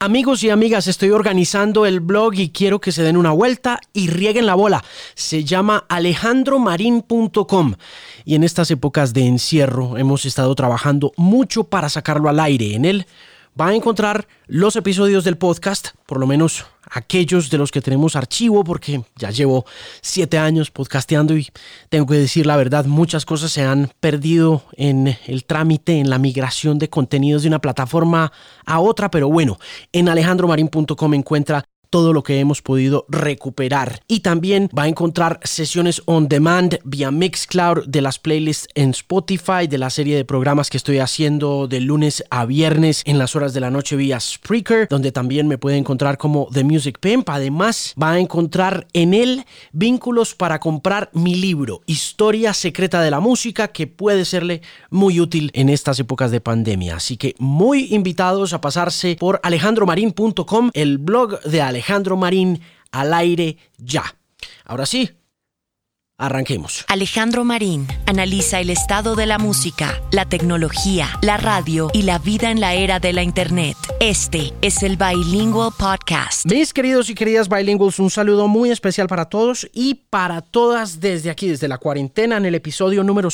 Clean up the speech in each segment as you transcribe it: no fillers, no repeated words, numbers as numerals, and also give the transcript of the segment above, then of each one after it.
Amigos y amigas, estoy organizando el blog y quiero que se den una vuelta y rieguen la bola. Se llama alejandromarin.com y en estas épocas de encierro hemos estado trabajando mucho para sacarlo al aire. En él va a encontrar los episodios del podcast, por lo menos aquellos de los que tenemos archivo, porque ya llevo 7 años podcasteando y tengo que decir la verdad, muchas cosas se han perdido en el trámite, en la migración de contenidos de una plataforma a otra, pero bueno, en alejandromarin.com encuentra todo lo que hemos podido recuperar. Y también va a encontrar sesiones on demand vía Mixcloud de las playlists en Spotify, de la serie de programas que estoy haciendo de lunes a viernes en las horas de la noche vía Spreaker, donde también me puede encontrar como The Music Pimp. Además, va a encontrar en él vínculos para comprar mi libro, Historia Secreta de la Música, que puede serle muy útil en estas épocas de pandemia. Así que muy invitados a pasarse por alejandromarin.com, el blog de Alejandro Marin, al aire ya. Ahora sí, arranquemos. Alejandro Marin analiza el estado de la música, la tecnología, la radio y la vida en la era de la internet. Este es el Bilingual Podcast. Mis queridos y queridas Bilinguals, un saludo muy especial para todos y para todas desde aquí, desde la cuarentena, en el episodio número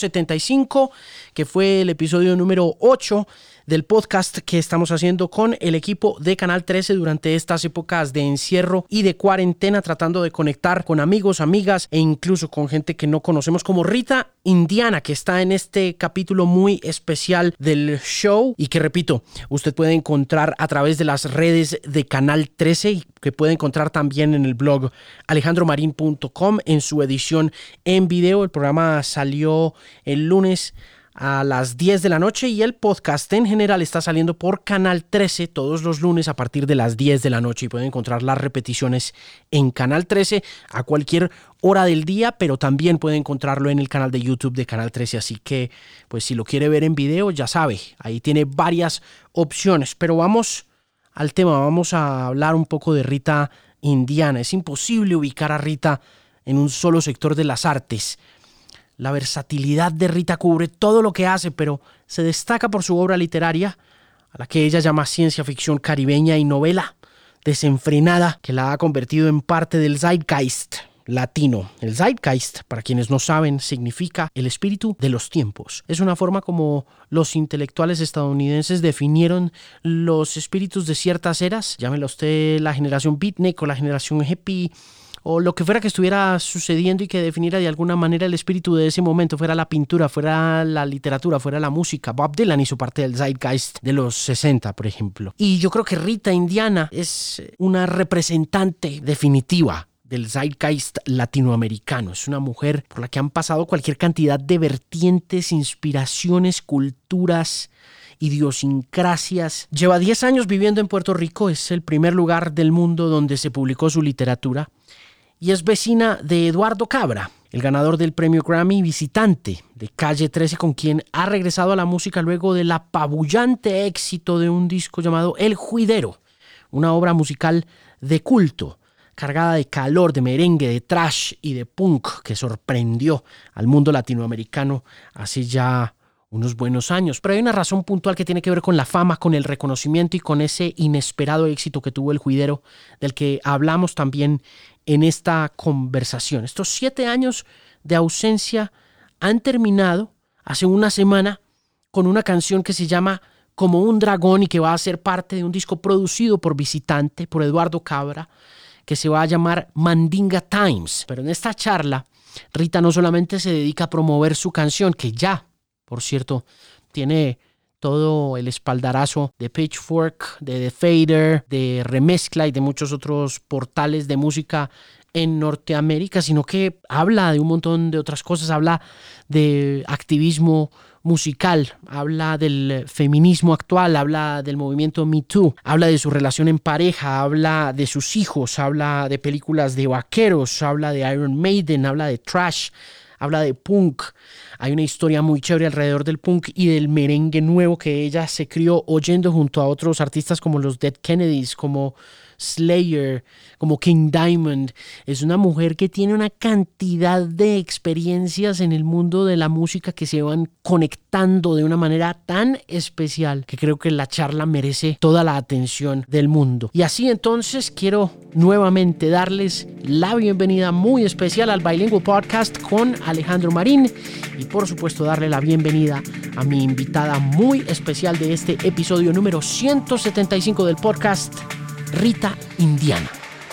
175, que fue el episodio número 8 del podcast que estamos haciendo con el equipo de Canal 13 durante estas épocas de encierro y de cuarentena, tratando de conectar con amigos, amigas e incluso con gente que no conocemos, como Rita Indiana, que está en este capítulo muy especial del show y que, repito, usted puede encontrar a través de las redes de Canal 13 y que puede encontrar también en el blog alejandromarin.com en su edición en video. El programa salió el lunes a las 10 de la noche y el podcast en general está saliendo por Canal 13 todos los lunes a partir de las 10 de la noche y pueden encontrar las repeticiones en Canal 13 a cualquier hora del día, pero también pueden encontrarlo en el canal de YouTube de Canal 13, así que pues si lo quiere ver en video ya sabe, ahí tiene varias opciones, pero vamos al tema, vamos a hablar un poco de Rita Indiana. Es imposible ubicar a Rita en un solo sector de las artes. La versatilidad de Rita cubre todo lo que hace, pero se destaca por su obra literaria, a la que ella llama ciencia ficción caribeña y novela desenfrenada, que la ha convertido en parte del zeitgeist latino. El zeitgeist, para quienes no saben, significa el espíritu de los tiempos. Es una forma como los intelectuales estadounidenses definieron los espíritus de ciertas eras, llámela usted la generación beatnik o la generación hippie, o lo que fuera que estuviera sucediendo y que definiera de alguna manera el espíritu de ese momento, fuera la pintura, fuera la literatura, fuera la música. Bob Dylan hizo parte del zeitgeist de los 60, por ejemplo. Y yo creo que Rita Indiana es una representante definitiva del zeitgeist latinoamericano. Es una mujer por la que han pasado cualquier cantidad de vertientes, inspiraciones, culturas, idiosincrasias. Lleva 10 años viviendo en Puerto Rico, es el primer lugar del mundo donde se publicó su literatura. Y es vecina de Eduardo Cabra, el ganador del premio Grammy Visitante de Calle 13, con quien ha regresado a la música luego del apabullante éxito de un disco llamado El Juidero, una obra musical de culto, cargada de calor, de merengue, de thrash y de punk, que sorprendió al mundo latinoamericano hace ya unos buenos años. Pero hay una razón puntual que tiene que ver con la fama, con el reconocimiento y con ese inesperado éxito que tuvo El Juidero, del que hablamos también en esta conversación. Estos 7 años de ausencia han terminado hace una semana con una canción que se llama Como un dragón y que va a ser parte de un disco producido por Visitante, por Eduardo Cabra, que se va a llamar Mandinga Times. Pero en esta charla, Rita no solamente se dedica a promover su canción, que ya, por cierto, tiene todo el espaldarazo de Pitchfork, de The Fader, de Remezcla y de muchos otros portales de música en Norteamérica, sino que habla de un montón de otras cosas, habla de activismo musical, habla del feminismo actual, habla del movimiento Me Too, habla de su relación en pareja, habla de sus hijos, habla de películas de vaqueros, habla de Iron Maiden, habla de thrash, habla de punk. Hay una historia muy chévere alrededor del punk y del merengue nuevo que ella se crió oyendo junto a otros artistas como los Dead Kennedys, como Slayer, como King Diamond. Es una mujer que tiene una cantidad de experiencias en el mundo de la música que se van conectando de una manera tan especial que creo que la charla merece toda la atención del mundo. Y así entonces quiero nuevamente darles la bienvenida muy especial al Bilingual Podcast con Alejandro Marín y por supuesto darle la bienvenida a mi invitada muy especial de este episodio número 175 del podcast, Rita Indiana.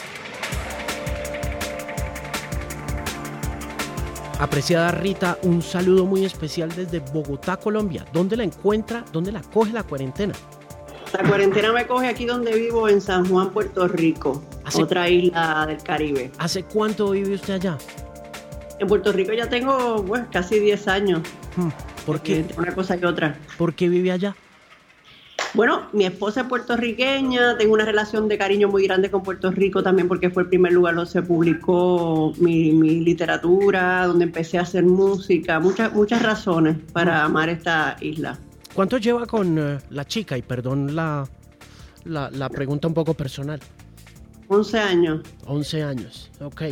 Apreciada Rita, un saludo muy especial desde Bogotá, Colombia. ¿Dónde la encuentra? ¿Dónde la coge la cuarentena? La cuarentena me coge aquí donde vivo, en San Juan, Puerto Rico, otra isla del Caribe. ¿Hace cuánto vive usted allá? En Puerto Rico ya tengo casi 10 años. ¿Por qué? Entre una cosa y otra. ¿Por qué vive allá? Bueno, mi esposa es puertorriqueña, tengo una relación de cariño muy grande con Puerto Rico también porque fue el primer lugar donde se publicó mi literatura, donde empecé a hacer música, muchas razones para amar esta isla. ¿Cuánto lleva con la chica? Y perdón la pregunta un poco personal. 11 años. 11 años, ok.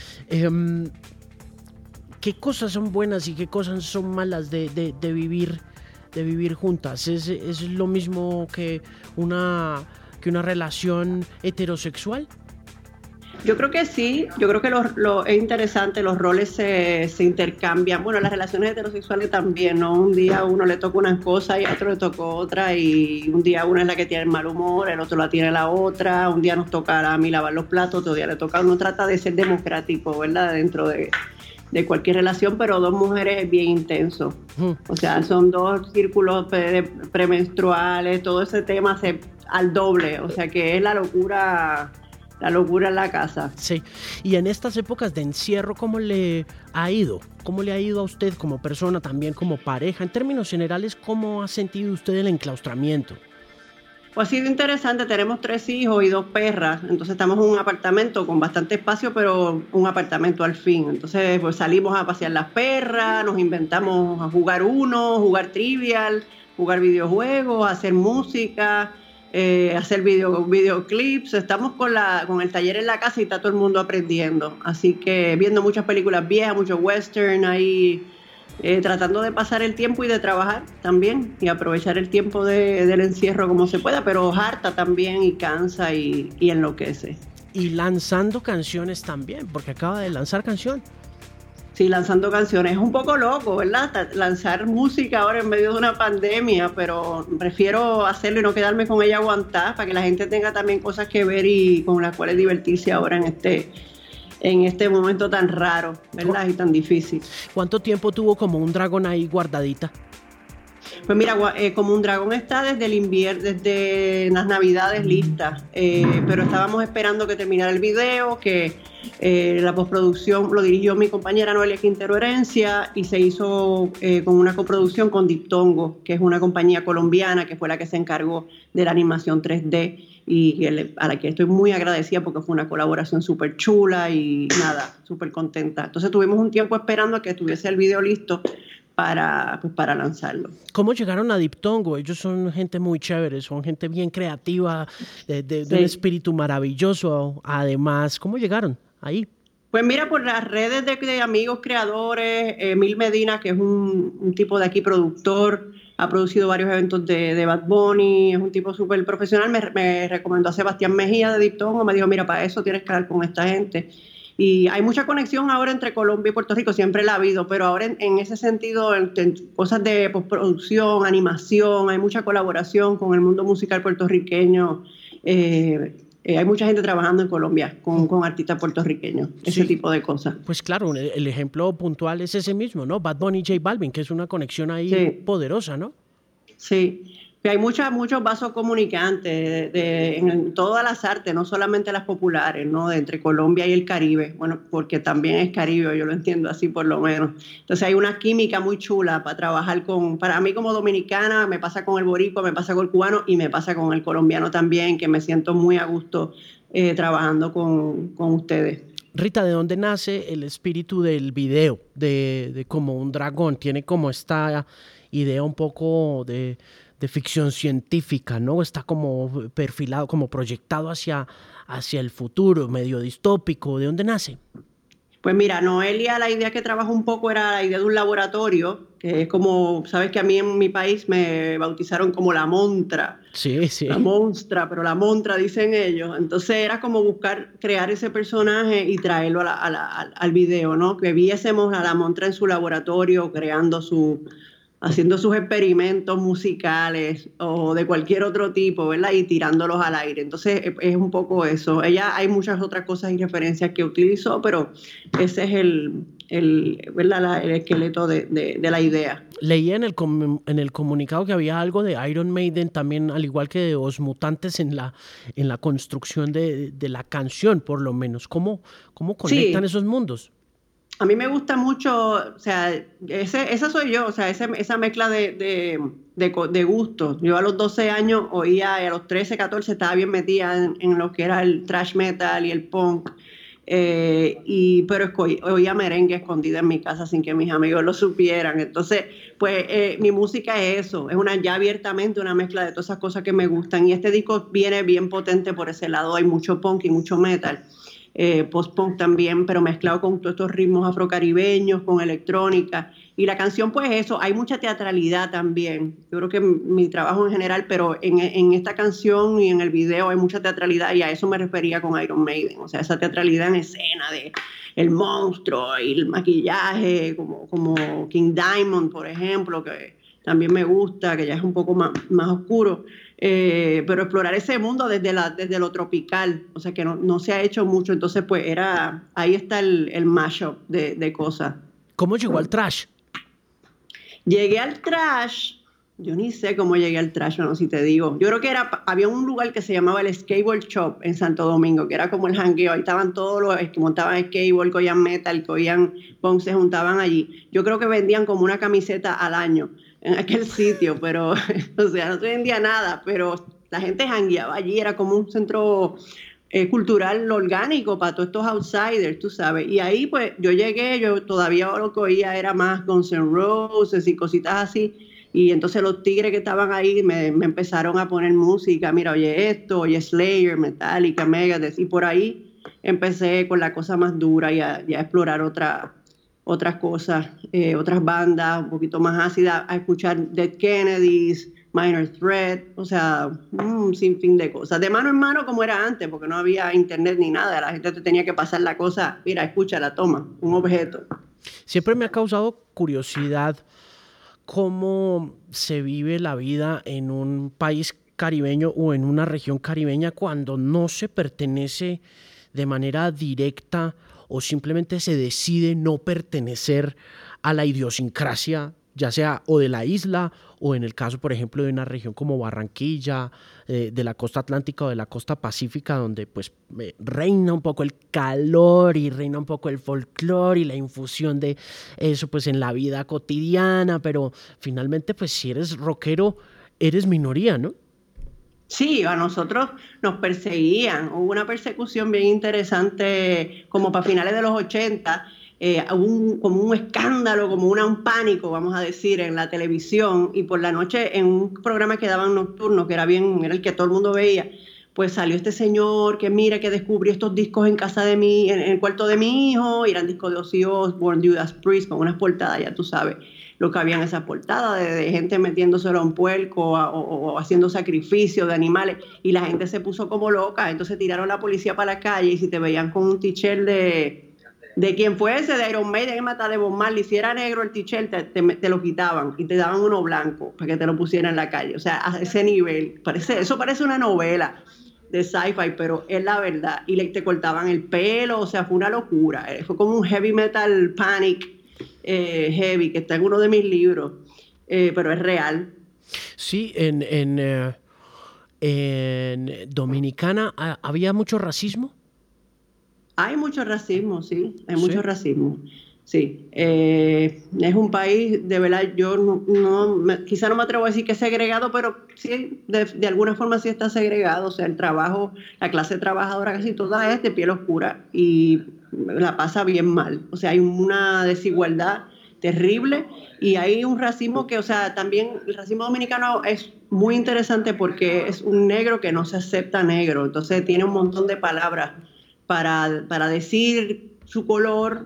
¿Qué cosas son buenas y qué cosas son malas de vivir juntas? ¿Es lo mismo que una relación heterosexual? Yo creo que sí, yo creo que es interesante, los roles se intercambian. Bueno, las relaciones heterosexuales también, ¿no? Un día a uno le toca una cosa y a otro le tocó otra, y un día una es la que tiene el mal humor, el otro la tiene la otra, un día nos toca a mí lavar los platos, otro día le toca, uno trata de ser democrático, ¿verdad? Dentro de cualquier relación, pero dos mujeres es bien intenso. O sea, son dos círculos premenstruales, todo ese tema al doble, o sea que es la locura en la casa. Sí, y en estas épocas de encierro, ¿cómo le ha ido? ¿Cómo le ha ido a usted como persona, también como pareja? En términos generales, ¿cómo ha sentido usted el enclaustramiento? Pues ha sido interesante, tenemos 3 hijos y 2 perras, entonces estamos en un apartamento con bastante espacio, pero un apartamento al fin. Entonces pues salimos a pasear las perras, nos inventamos a jugar jugar trivial, jugar videojuegos, hacer música, hacer videoclips. Estamos con el taller en la casa y está todo el mundo aprendiendo. Así que viendo muchas películas viejas, mucho western ahí, tratando de pasar el tiempo y de trabajar también y aprovechar el tiempo del encierro como se pueda, pero harta también y cansa y enloquece. Y lanzando canciones también, porque acaba de lanzar canción. Sí, lanzando canciones. Es un poco loco, ¿verdad? Lanzar música ahora en medio de una pandemia, pero prefiero hacerlo y no quedarme con ella aguantada para que la gente tenga también cosas que ver y con las cuales divertirse ahora en este momento tan raro, ¿verdad? Y tan difícil. ¿Cuánto tiempo tuvo Como un Dragón ahí guardadita? Pues mira, Como un Dragón está desde el invierno, desde las Navidades lista, pero estábamos esperando que terminara el video, que la postproducción lo dirigió mi compañera Noelia Quintero Herencia y se hizo con una coproducción con Diptongo, que es una compañía colombiana que fue la que se encargó de la animación 3D y a la que estoy muy agradecida porque fue una colaboración súper chula y nada, súper contenta. Entonces tuvimos un tiempo esperando a que estuviese el video listo para lanzarlo. ¿Cómo llegaron a Diptongo? Ellos son gente muy chévere, son gente bien creativa, de un espíritu maravilloso. Además, ¿cómo llegaron ahí? Pues mira, por las redes de amigos creadores, Emil Medina, que es un tipo de aquí productor, ha producido varios eventos de Bad Bunny, es un tipo súper profesional, me recomendó a Sebastián Mejía de Diptongo, me dijo, mira, para eso tienes que hablar con esta gente. Y hay mucha conexión ahora entre Colombia y Puerto Rico, siempre la ha habido, pero ahora en ese sentido, en cosas de postproducción, animación, hay mucha colaboración con el mundo musical puertorriqueño. Hay mucha gente trabajando en Colombia con artistas puertorriqueños, ese tipo de cosas. Pues claro, el ejemplo puntual es ese mismo, ¿no? Bad Bunny y J Balvin, que es una conexión ahí poderosa, ¿no? Sí. Hay muchos vasos comunicantes en todas las artes, no solamente las populares, ¿no? Entre Colombia y el Caribe, bueno, porque también es Caribe, yo lo entiendo así por lo menos. Entonces hay una química muy chula para trabajar para mí como dominicana, me pasa con el boricua, me pasa con el cubano y me pasa con el colombiano también, que me siento muy a gusto trabajando con ustedes. Rita, ¿de dónde nace el espíritu del video? De como un dragón, tiene como esta idea un poco de ficción científica, ¿no? Está como perfilado, como proyectado hacia el futuro, medio distópico. ¿De dónde nace? Pues mira, Noelia, la idea que trabaja un poco era la idea de un laboratorio, que es como, sabes que a mí en mi país me bautizaron como la montra. Sí, sí. La monstra, pero la montra dicen ellos. Entonces era como buscar crear ese personaje y traerlo al video, ¿no? Que viésemos a la montra en su laboratorio haciendo sus experimentos musicales o de cualquier otro tipo, ¿verdad? Y tirándolos al aire. Entonces es un poco eso. Hay muchas otras cosas y referencias que utilizó, pero ese es ¿verdad? El esqueleto de la idea. Leí en el comunicado que había algo de Iron Maiden también, al igual que de Os Mutantes en la construcción de la canción, por lo menos. ¿Cómo conectan esos mundos? A mí me gusta mucho, o sea, esa soy yo, o sea, esa mezcla de gustos. Yo a los 12 años oía, y a los 13, 14 estaba bien metida en lo que era el thrash metal y el punk. Pero oía merengue escondida en mi casa sin que mis amigos lo supieran. Entonces, pues mi música es eso, es ya abiertamente una mezcla de todas esas cosas que me gustan. Y este disco viene bien potente por ese lado, hay mucho punk y mucho metal. Post-punk también, pero mezclado con todos estos ritmos afrocaribeños, con electrónica. Y la canción, pues eso, hay mucha teatralidad también. Yo creo que mi trabajo en general, pero en esta canción y en el video hay mucha teatralidad y a eso me refería con Iron Maiden. O sea, esa teatralidad en escena de el monstruo y el maquillaje, como King Diamond, por ejemplo, que también me gusta, que ya es un poco más oscuro. Pero explorar ese mundo desde lo tropical, o sea que no se ha hecho mucho, entonces pues ahí está el mashup de cosas. ¿Cómo llegó al thrash? Llegué al thrash, yo ni sé cómo llegué al thrash, no, si te digo. Yo creo que había un lugar que se llamaba el Skateboard Shop en Santo Domingo, que era como el jangueo, ahí estaban todos los que montaban skateboard, que oían metal, que oían punk, se juntaban allí. Yo creo que vendían como una camiseta al año en aquel sitio, pero, o sea, no se vendía nada, pero la gente jangueaba allí, era como un centro cultural orgánico para todos estos outsiders, tú sabes, y ahí pues yo llegué, yo todavía lo que oía era más Guns N' Roses y cositas así, y entonces los tigres que estaban ahí me empezaron a poner música, mira, oye esto, oye Slayer, Metallica, Megadeth, y por ahí empecé con la cosa más dura y a explorar otras cosas, otras bandas un poquito más ácidas, a escuchar Dead Kennedys, Minor Threat, o sea, un sinfín de cosas. De mano en mano como era antes, porque no había internet ni nada, la gente te tenía que pasar la cosa, mira, escúchala, toma, un objeto. Siempre me ha causado curiosidad cómo se vive la vida en un país caribeño o en una región caribeña cuando no se pertenece de manera directa o simplemente se decide no pertenecer a la idiosincrasia, ya sea o de la isla o en el caso, por ejemplo, de una región como Barranquilla, de la costa atlántica o de la costa pacífica, donde pues reina un poco el calor y reina un poco el folclore y la infusión de eso pues en la vida cotidiana, pero finalmente pues si eres rockero, eres minoría, ¿no? Sí, a nosotros nos perseguían. Hubo una persecución bien interesante como para finales de los 80. Hubo como un escándalo, como un pánico, vamos a decir, en la televisión. Y por la noche, en un programa que daban nocturno, que era el que todo el mundo veía, pues salió este señor que mira que descubrió estos discos en casa de en el cuarto de mi hijo. Y eran discos de Ozzy Osbourne, Judas Priest, con unas portadas, ya tú sabes lo que había en esas portadas, de gente metiéndoselo a un puerco o haciendo sacrificios de animales, y la gente se puso como loca, entonces tiraron la policía para la calle, y si te veían con un t-shirt de quien fuese, de Iron Maiden, de Bob Marley, si era negro el t-shirt, te lo quitaban, y te daban uno blanco, para que te lo pusieran en la calle, o sea, a ese nivel, eso parece una novela de sci-fi, pero es la verdad, y te cortaban el pelo, o sea, fue una locura, fue como un heavy metal panic, heavy, que está en uno de mis libros, pero es real. Sí, en Dominicana había mucho racismo. Hay mucho racismo, sí, hay mucho racismo. Sí, es un país, de verdad, yo quizá no me atrevo a decir que es segregado, pero sí, de alguna forma sí está segregado. O sea, el trabajo, la clase trabajadora casi toda es de piel oscura y la pasa bien mal. O sea, hay una desigualdad terrible y hay un racismo que, o sea, también el racismo dominicano es muy interesante porque es un negro que no se acepta negro, entonces tiene un montón de palabras para decir su color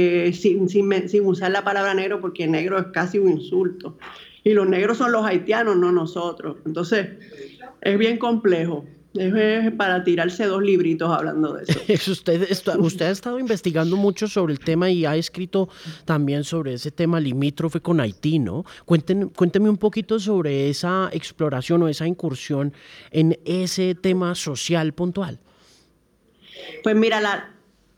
sin usar la palabra negro, porque negro es casi un insulto. Y los negros son los haitianos, no nosotros. Entonces, es bien complejo. Es para tirarse 2 libritos hablando de eso. Usted ha estado investigando mucho sobre el tema y ha escrito también sobre ese tema limítrofe con Haití, ¿no? Cuénteme un poquito sobre esa exploración o esa incursión en ese tema social puntual. Pues mira,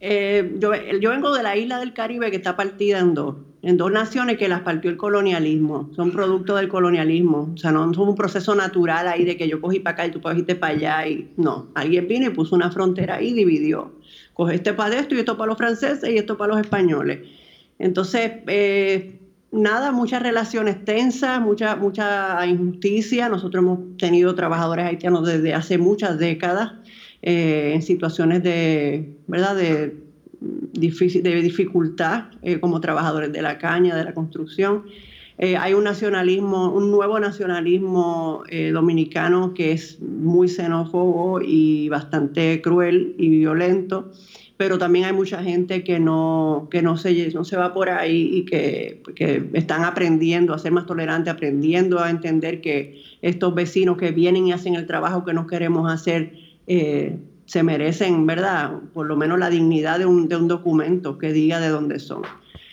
yo vengo de la isla del Caribe que está partida en dos naciones que las partió el colonialismo, son producto del colonialismo, o sea, no son un proceso natural ahí de que yo cogí para acá y tú cogiste para allá, y no, alguien vino y puso una frontera ahí y dividió, coge este para esto y esto para los franceses y esto para los españoles. Entonces, nada, muchas relaciones tensas, mucha injusticia. Nosotros hemos tenido trabajadores haitianos desde hace muchas décadas, en situaciones ¿verdad?, de dificultad, como trabajadores de la caña, de la construcción. Hay un nuevo nacionalismo dominicano que es muy xenófobo y bastante cruel y violento, pero también hay mucha gente que no se va por ahí y que están aprendiendo a ser más tolerantes, aprendiendo a entender que estos vecinos que vienen y hacen el trabajo que no queremos hacer, se merecen, ¿verdad?, por lo menos la dignidad de un documento que diga de dónde son.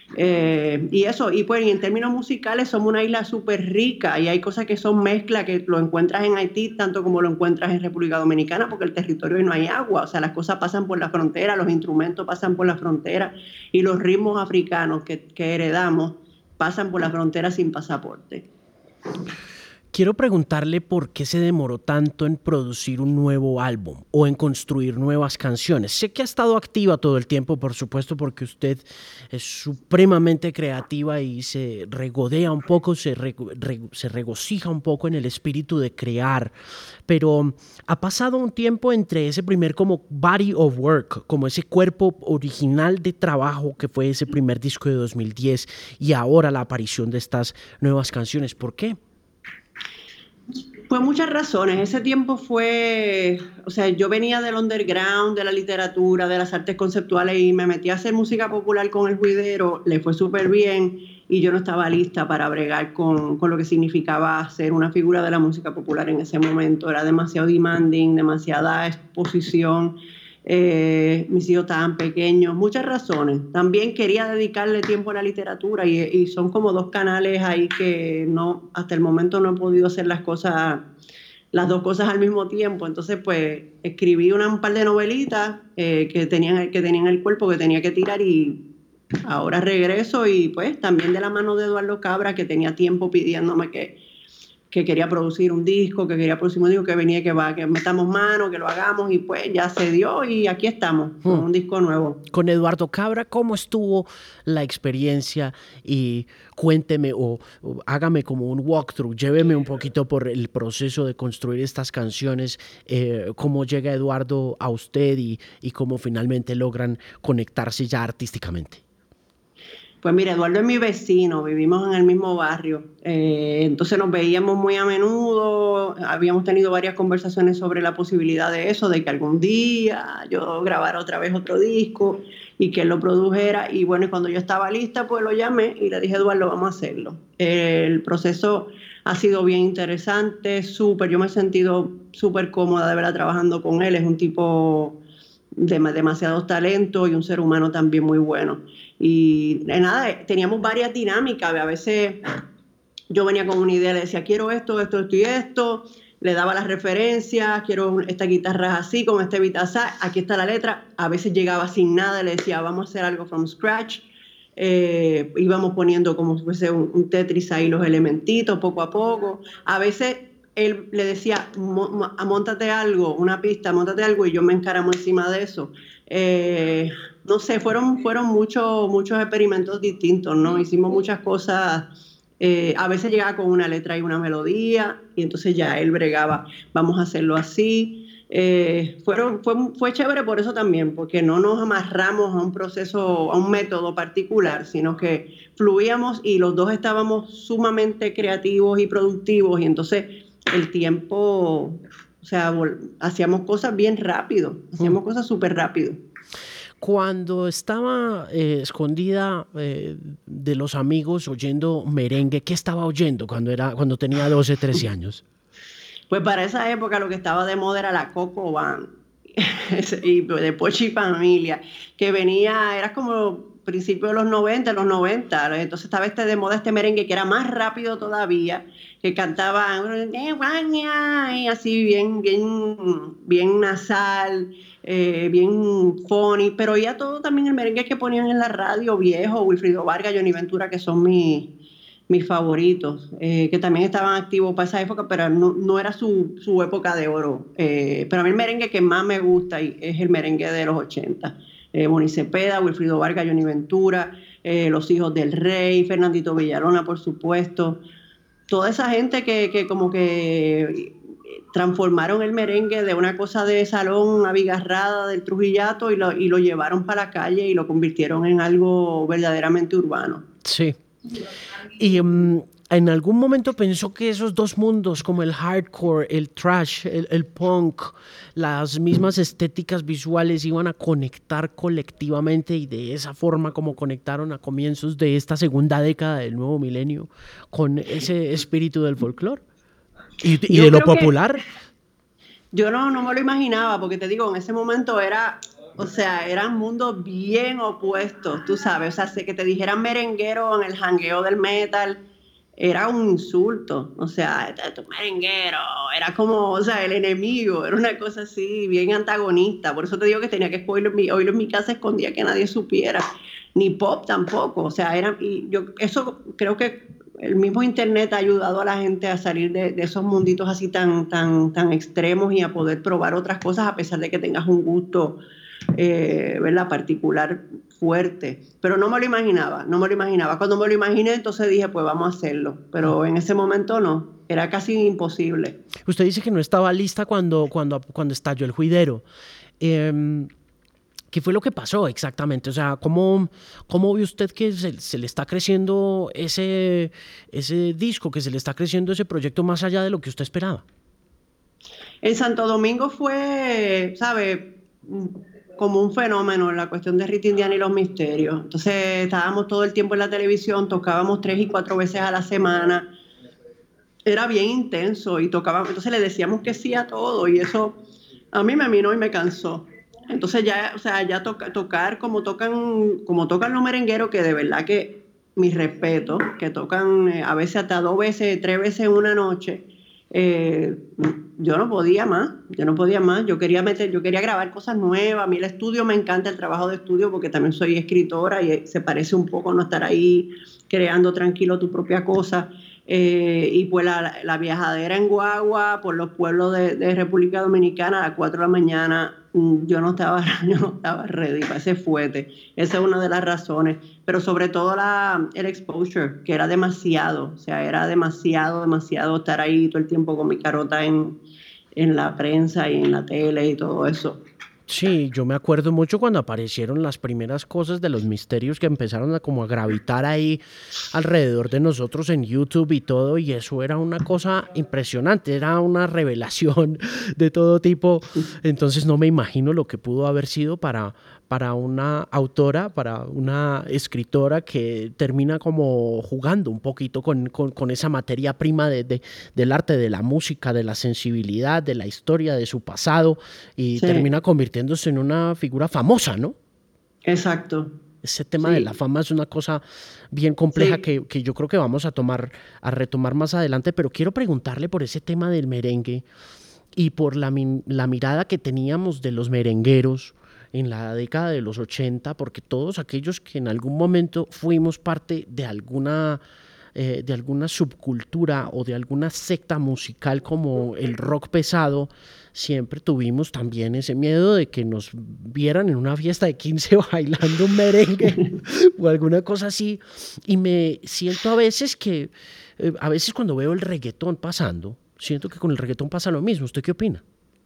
Y eso, y pues en términos musicales somos una isla súper rica y hay cosas que son mezcla, que lo encuentras en Haití tanto como lo encuentras en República Dominicana, porque el territorio no hay agua, o sea, las cosas pasan por la frontera, los instrumentos pasan por la frontera y los ritmos africanos que heredamos pasan por la frontera sin pasaporte. Quiero preguntarle por qué se demoró tanto en producir un nuevo álbum o en construir nuevas canciones. Sé que ha estado activa todo el tiempo, por supuesto, porque usted es supremamente creativa y se regodea un poco, se regocija un poco en el espíritu de crear. Pero ha pasado un tiempo entre ese primer como body of work, como ese cuerpo original de trabajo que fue ese primer disco de 2010 y ahora la aparición de estas nuevas canciones. ¿Por qué? Pues muchas razones. Ese tiempo fue, o sea, yo venía del underground, de la literatura, de las artes conceptuales y me metí a hacer música popular con el juidero, le fue súper bien y yo no estaba lista para bregar con lo que significaba ser una figura de la música popular en ese momento. Era demasiado demanding, demasiada exposición. Mis hijos estaban pequeños, muchas razones. También quería dedicarle tiempo a la literatura y son como 2 canales ahí que no, hasta el momento no he podido hacer las 2 cosas al mismo tiempo. Entonces, pues, escribí un par de novelitas que tenían el cuerpo que tenía que tirar y ahora regreso y pues también de la mano de Eduardo Cabra, que tenía tiempo pidiéndome que quería producir un disco, que venía, que metamos mano, que lo hagamos y pues ya se dio y aquí estamos con un disco nuevo. Con Eduardo Cabra, ¿cómo estuvo la experiencia? Y cuénteme o hágame como un walkthrough, lléveme un poquito por el proceso de construir estas canciones, cómo llega Eduardo a usted y cómo finalmente logran conectarse ya artísticamente. Pues mira, Eduardo es mi vecino, vivimos en el mismo barrio, entonces nos veíamos muy a menudo, habíamos tenido varias conversaciones sobre la posibilidad de eso, de que algún día yo grabara otra vez otro disco y que él lo produjera, y bueno, y cuando yo estaba lista, pues lo llamé y le dije, Eduardo, vamos a hacerlo. El proceso ha sido bien interesante, yo me he sentido súper cómoda de verdad trabajando con él, es un tipo de demasiados talentos y un ser humano también muy bueno. Y nada, teníamos varias dinámicas. A veces yo venía con una idea, le decía, quiero esto y esto, le daba las referencias, quiero esta guitarra así, con este beat así, aquí está la letra. A veces llegaba sin nada, le decía, vamos a hacer algo from scratch. Íbamos poniendo como si fuese un Tetris ahí los elementitos poco a poco. A veces él le decía, móntate algo, una pista, móntate algo, y yo me encaramo encima de eso. No sé, fueron muchos experimentos distintos, ¿no? Hicimos muchas cosas. A veces llegaba con una letra y una melodía, y entonces ya él bregaba, vamos a hacerlo así. Fue chévere por eso también, porque no nos amarramos a un proceso, a un método particular, sino que fluíamos y los dos estábamos sumamente creativos y productivos, y entonces el tiempo, o sea, hacíamos cosas bien rápido, hacíamos cosas súper rápido. Cuando estaba escondida de los amigos oyendo merengue, ¿qué estaba oyendo cuando tenía 12, 13 años? Pues para esa época lo que estaba de moda era la Coco Band y de Pochi Familia, que era como principios de los 90, entonces estaba de moda este merengue que era más rápido todavía, que cantaba y así bien nasal, bien funny, pero ya todo también el merengue que ponían en la radio viejo, Wilfrido Vargas, Johnny Ventura, que son mis favoritos, que también estaban activos para esa época, pero no era su época de oro. Pero a mí el merengue que más me gusta es el merengue de los 80. Moni Cepeda, Wilfrido Vargas, Johnny Ventura, Los Hijos del Rey, Fernandito Villalona, por supuesto. Toda esa gente que como que transformaron el merengue de una cosa de salón abigarrada del Trujillato y lo llevaron para la calle y lo convirtieron en algo verdaderamente urbano. Sí. Y en algún momento pensó que esos dos mundos, como el hardcore, el thrash, el punk, las mismas estéticas visuales iban a conectar colectivamente, y de esa forma como conectaron a comienzos de esta segunda década del nuevo milenio con ese espíritu del folclore y de lo popular. Yo no me lo imaginaba, porque te digo, en ese momento eran mundos bien opuestos, tú sabes. O sea, que te dijeran merenguero en el jangueo del metal era un insulto. O sea, tu merenguero era como, o sea, el enemigo, era una cosa así, bien antagonista. Por eso te digo que tenía que oírlo en mi casa escondida, que nadie supiera. Ni pop tampoco. O sea, eso creo que el mismo internet ha ayudado a la gente a salir de esos munditos así tan extremos y a poder probar otras cosas, a pesar de que tengas un gusto ¿verdad? Particular fuerte, pero no me lo imaginaba. Cuando me lo imaginé, entonces dije, pues vamos a hacerlo, pero en ese momento no, era casi imposible. Usted dice que no estaba lista cuando estalló el juidero. ¿Qué fue lo que pasó exactamente? O sea, ¿cómo vio usted que se le está creciendo ese disco, que se le está creciendo ese proyecto más allá de lo que usted esperaba? En Santo Domingo fue, ¿sabe?, como un fenómeno en la cuestión de Rita Indiana y los misterios. Entonces estábamos todo el tiempo en la televisión, tocábamos 3 y 4 veces a la semana. Era bien intenso y tocábamos, entonces le decíamos que sí a todo, y eso a mí me minó y me cansó. Entonces ya tocar como tocan los merengueros, que de verdad que mi respeto, que tocan a veces hasta 2 veces, 3 veces en una noche. Yo no podía más, yo quería grabar cosas nuevas. A mí el estudio me encanta, el trabajo de estudio, porque también soy escritora y se parece un poco no estar ahí creando tranquilo tu propia cosa. Y pues la viajadera en guagua por los pueblos de República Dominicana a las 4 de la mañana, yo no estaba ready para ese fuete. Esa es una de las razones, pero sobre todo el exposure, que era demasiado, o sea, era demasiado estar ahí todo el tiempo con mi carota en la prensa y en la tele y todo eso. Sí, yo me acuerdo mucho cuando aparecieron las primeras cosas de los misterios que empezaron a gravitar ahí alrededor de nosotros en YouTube y todo, y eso era una cosa impresionante, era una revelación de todo tipo. Entonces no me imagino lo que pudo haber sido para una autora, para una escritora que termina como jugando un poquito con esa materia prima del arte, de la música, de la sensibilidad, de la historia, de su pasado, y termina convirtiéndose en una figura famosa, ¿no? Exacto. Ese tema de la fama es una cosa bien compleja que yo creo que vamos a retomar más adelante, pero quiero preguntarle por ese tema del merengue y por la mirada que teníamos de los merengueros en la década de los 80, porque todos aquellos que en algún momento fuimos parte de alguna subcultura o de alguna secta musical como el rock pesado, siempre tuvimos también ese miedo de que nos vieran en una fiesta de 15 bailando un merengue o alguna cosa así. Y me siento a veces cuando veo el reggaetón pasando, siento que con el reggaetón pasa lo mismo. ¿Usted qué opina?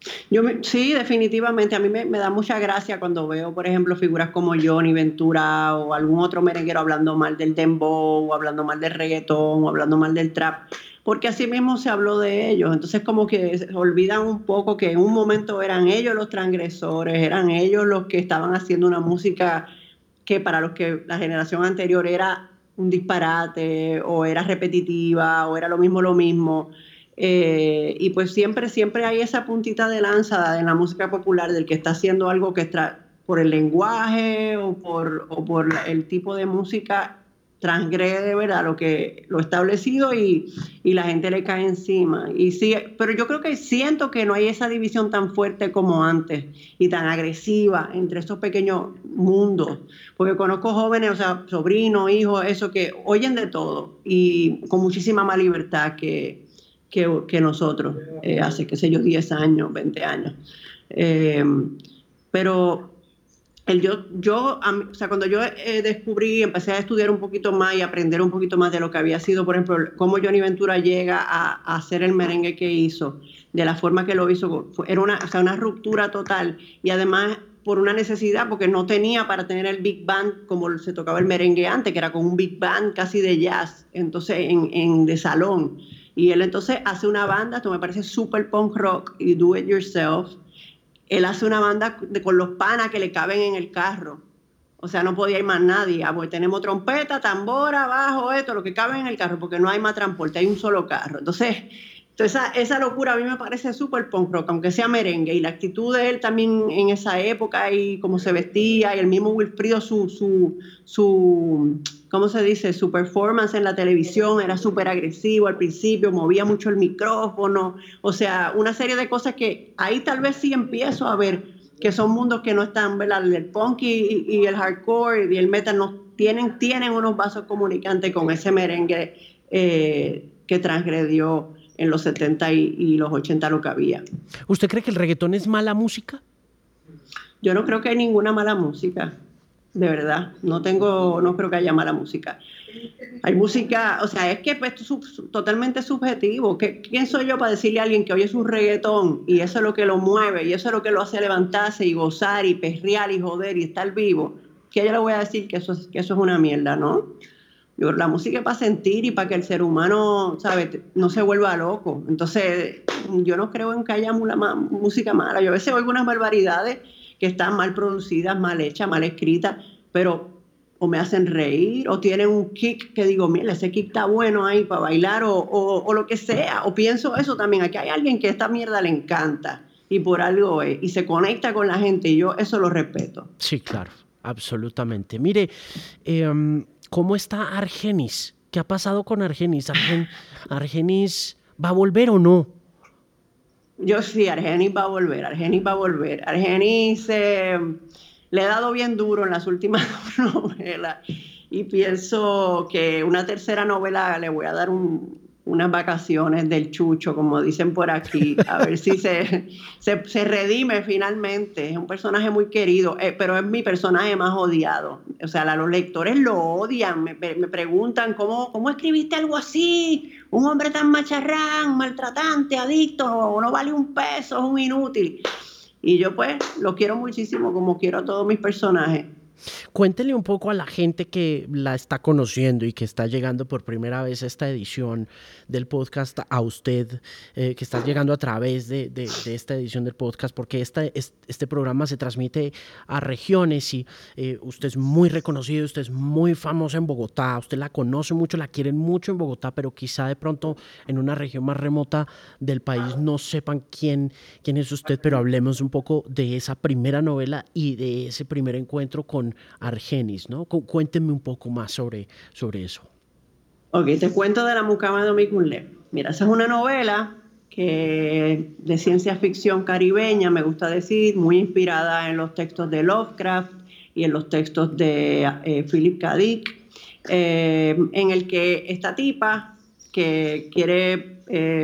Sí, definitivamente. A mí me da mucha gracia cuando veo, por ejemplo, figuras como Johnny Ventura o algún otro merenguero hablando mal del dembow, o hablando mal del reggaetón, o hablando mal del trap, porque así mismo se habló de ellos. Entonces como que se olvidan un poco que en un momento eran ellos los transgresores, eran ellos los que estaban haciendo una música que para los que la generación anterior era un disparate, o era repetitiva, o era lo mismo. Y pues siempre hay esa puntita de lanza en la música popular del que está haciendo algo que por el lenguaje o por el tipo de música transgrede, ¿verdad?, lo establecido, y la gente le cae encima. Y sí, pero yo creo que siento que no hay esa división tan fuerte como antes y tan agresiva entre estos pequeños mundos, porque conozco jóvenes, o sea, sobrinos, hijos, eso, que oyen de todo y con muchísima más libertad que nosotros, hace, qué sé yo, 10 años, 20 años. Pero o sea, cuando yo empecé a estudiar un poquito más y aprender un poquito más de lo que había sido, por ejemplo, cómo Johnny Ventura llega a hacer el merengue que hizo, de la forma que lo hizo, era una ruptura total, y además por una necesidad, porque no tenía para tener el big band como se tocaba el merengue antes, que era con un big band casi de jazz, entonces de salón. Y él entonces hace una banda, esto me parece súper punk rock y do it yourself. Él hace una banda con los panas que le caben en el carro. O sea, no podía ir más nadie. Pues tenemos trompeta, tambora, bajo, esto, lo que cabe en el carro, porque no hay más transporte, hay un solo carro. Entonces esa locura a mí me parece súper punk rock, aunque sea merengue. Y la actitud de él también en esa época, y cómo se vestía, y el mismo Wilfrido, ¿cómo se dice? Su performance en la televisión era súper agresivo al principio, movía mucho el micrófono, o sea, una serie de cosas que ahí tal vez sí empiezo a ver que son mundos que no están, ¿verdad? El punk y el hardcore y el metal no tienen unos vasos comunicantes con ese merengue que transgredió en los 70 y los 80 lo que había. ¿Usted cree que el reggaetón es mala música? Yo no creo que hay ninguna mala música. De verdad, no creo que haya mala música. Hay música, o sea, es que pues, es totalmente subjetivo. ¿Quién soy yo para decirle a alguien que oye un reggaetón y eso es lo que lo mueve y eso es lo que lo hace levantarse y gozar y perrear y joder y estar vivo? Que yo le voy a decir que eso es una mierda, ¿no? La música es para sentir y para que el ser humano, ¿sabes?, no se vuelva loco. Entonces, yo no creo en que haya música mala. Yo a veces oigo unas barbaridades que están mal producidas, mal hechas, mal escritas, pero o me hacen reír, o tienen un kick que digo, mira, ese kick está bueno ahí para bailar, o lo que sea, o pienso eso también, aquí hay alguien que esta mierda le encanta, y por algo es, y se conecta con la gente, y yo eso lo respeto. Sí, claro, absolutamente. Mire, ¿cómo está Argenis? ¿Qué ha pasado con Argenis? ¿Argenis va a volver o no? Yo sí, Argenis va a volver. Argenis le he dado bien duro en las últimas novelas y pienso que una tercera novela le voy a dar unas vacaciones del chucho, como dicen por aquí, a ver si se redime finalmente. Es un personaje muy querido, pero es mi personaje más odiado. O sea, los lectores lo odian, me preguntan, ¿cómo escribiste algo así? Un hombre tan macharrán, maltratante, adicto, no vale un peso, es un inútil. Y yo pues lo quiero muchísimo, como quiero a todos mis personajes. Cuéntele un poco a la gente que la está conociendo y que está llegando por primera vez a esta edición del podcast, a usted que está llegando a través de esta edición del podcast, porque este programa se transmite a regiones y usted es muy reconocido, usted es muy famoso en Bogotá, usted la conoce mucho, la quieren mucho en Bogotá, pero quizá de pronto en una región más remota del país no sepan quién es usted, pero hablemos un poco de esa primera novela y de ese primer encuentro con Argenis, ¿no? Cuéntenme un poco más sobre eso. Ok, te cuento de La Mucama de Omiquenlé. Mira, esa es una novela de ciencia ficción caribeña, me gusta decir, muy inspirada en los textos de Lovecraft y en los textos de Philip K. Dick, en el que esta tipa que quiere,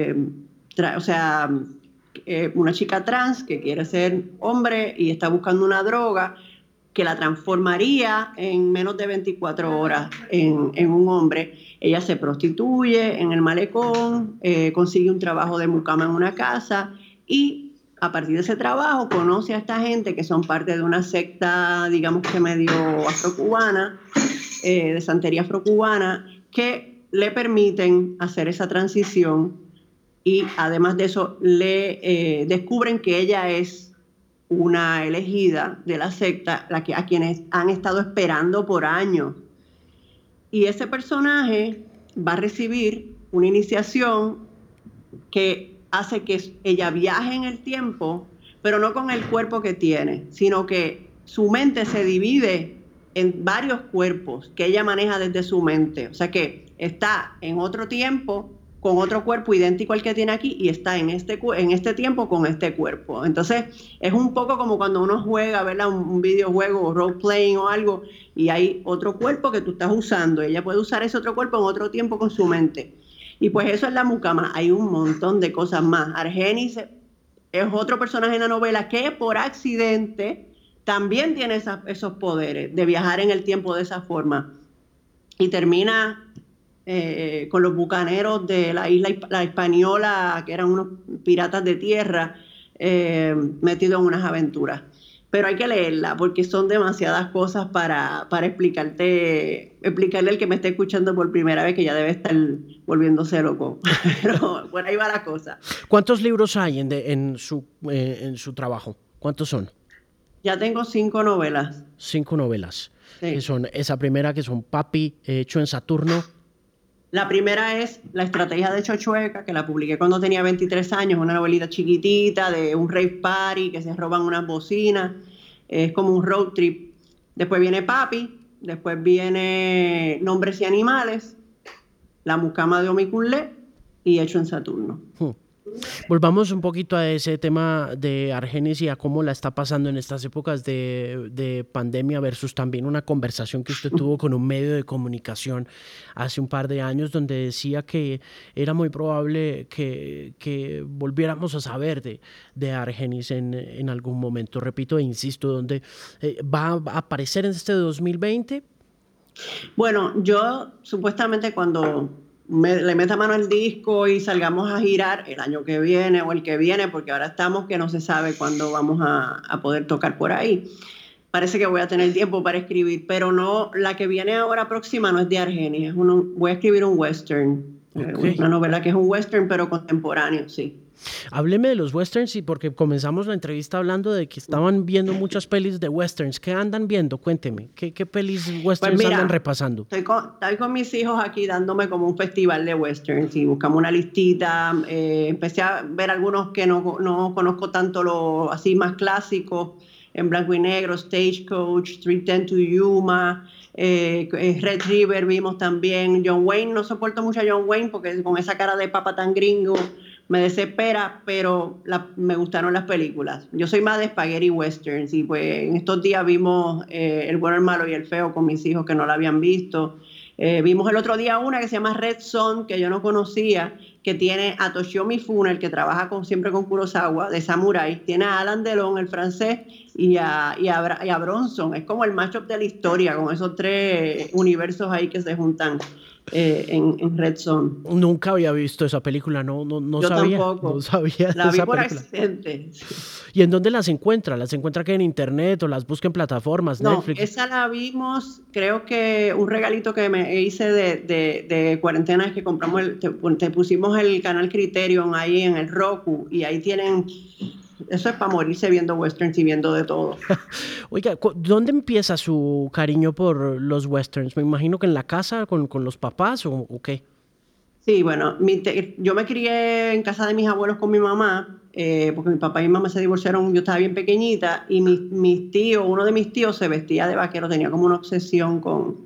una chica trans que quiere ser hombre y está buscando una droga que la transformaría en menos de 24 horas en un hombre. Ella se prostituye en el malecón, consigue un trabajo de mucama en una casa y a partir de ese trabajo conoce a esta gente que son parte de una secta, digamos que medio afrocubana, de santería afrocubana, que le permiten hacer esa transición y además de eso le descubren que ella es una elegida de la secta, a quienes han estado esperando por años. Y ese personaje va a recibir una iniciación que hace que ella viaje en el tiempo, pero no con el cuerpo que tiene, sino que su mente se divide en varios cuerpos que ella maneja desde su mente. O sea que está en otro tiempo con otro cuerpo idéntico al que tiene aquí y está en este tiempo con este cuerpo. Entonces es un poco como cuando uno juega, ¿verdad? Un videojuego, role-playing o algo, y hay otro cuerpo que tú estás usando. Ella puede usar ese otro cuerpo en otro tiempo con su mente. Y pues eso es la mucama. Hay un montón de cosas más. Argenis es otro personaje en la novela que por accidente también tiene esos poderes de viajar en el tiempo de esa forma. Y termina con los bucaneros de la isla la Hispaniola, que eran unos piratas de tierra, metidos en unas aventuras. Pero hay que leerla porque son demasiadas cosas para explicarle al que me esté escuchando por primera vez, que ya debe estar volviéndose loco. Pero por ahí va la cosa. ¿Cuántos libros hay en su trabajo? ¿Cuántos son? Ya tengo 5 novelas. 5 novelas. Sí. Que son esa primera, que son Papi, hecho en Saturno. La primera es La estrategia de Chochueca, que la publiqué cuando tenía 23 años, una novelita chiquitita de un rave party que se roban unas bocinas, es como un road trip. Después viene Papi, después viene Nombres y Animales, La mucama de Omiculé y Hecho en Saturno. Volvamos un poquito a ese tema de Argenis y a cómo la está pasando en estas épocas de pandemia versus también una conversación que usted tuvo con un medio de comunicación hace un par de años donde decía que era muy probable que volviéramos a saber de Argenis en algún momento. Repito e insisto, ¿dónde va a aparecer en este 2020? Bueno, yo supuestamente cuando le meta mano al disco y salgamos a girar el año que viene o el que viene, porque ahora estamos que no se sabe cuándo vamos a poder tocar por ahí. Parece que voy a tener tiempo para escribir, pero no, la que viene ahora próxima no es de Argenis, voy a escribir un western, Okay. Una novela que es un western pero contemporáneo, sí. Hábleme de los westerns, y porque comenzamos la entrevista hablando de que estaban viendo muchas pelis de westerns. ¿Qué andan viendo? Cuénteme, ¿qué pelis westerns Pues mira, andan repasando? Estoy con mis hijos aquí dándome como un festival de westerns y buscamos una listita. Empecé a ver algunos que no conozco tanto, los así más clásicos, en blanco y negro, Stagecoach, 310 to Yuma, Red River vimos también. John Wayne, no soporto mucho a John Wayne porque con esa cara de papa tan gringo me desespera, pero me gustaron las películas. Yo soy más de spaghetti westerns y pues en estos días vimos El bueno, el malo y el feo con mis hijos que no la habían visto. Vimos el otro día una que se llama Red Son, que yo no conocía, que tiene a Toshio Mifune, el que trabaja siempre con Kurosawa, de Samurai. Tiene a Alain Delon, el francés, y a Bronson. Es como el mashup de la historia, con esos 3 universos ahí que se juntan en Red Son. Nunca había visto esa película, no yo sabía. Tampoco. No sabía la vi esa por película. Accidente. ¿Y en dónde las encuentra? ¿Las encuentra que en internet o las busca en plataformas, No, Netflix? esa la vimos, creo que un regalito que me hice de cuarentena es que compramos te pusimos el canal Criterion ahí en el Roku y ahí tienen, eso es para morirse viendo westerns y viendo de todo. Oiga, ¿dónde empieza su cariño por los westerns? Me imagino que en la casa con los papás o qué. Sí, bueno, yo me crié en casa de mis abuelos con mi mamá, porque mi papá y mi mamá se divorciaron, yo estaba bien pequeñita, y uno de mis tíos se vestía de vaquero, tenía como una obsesión con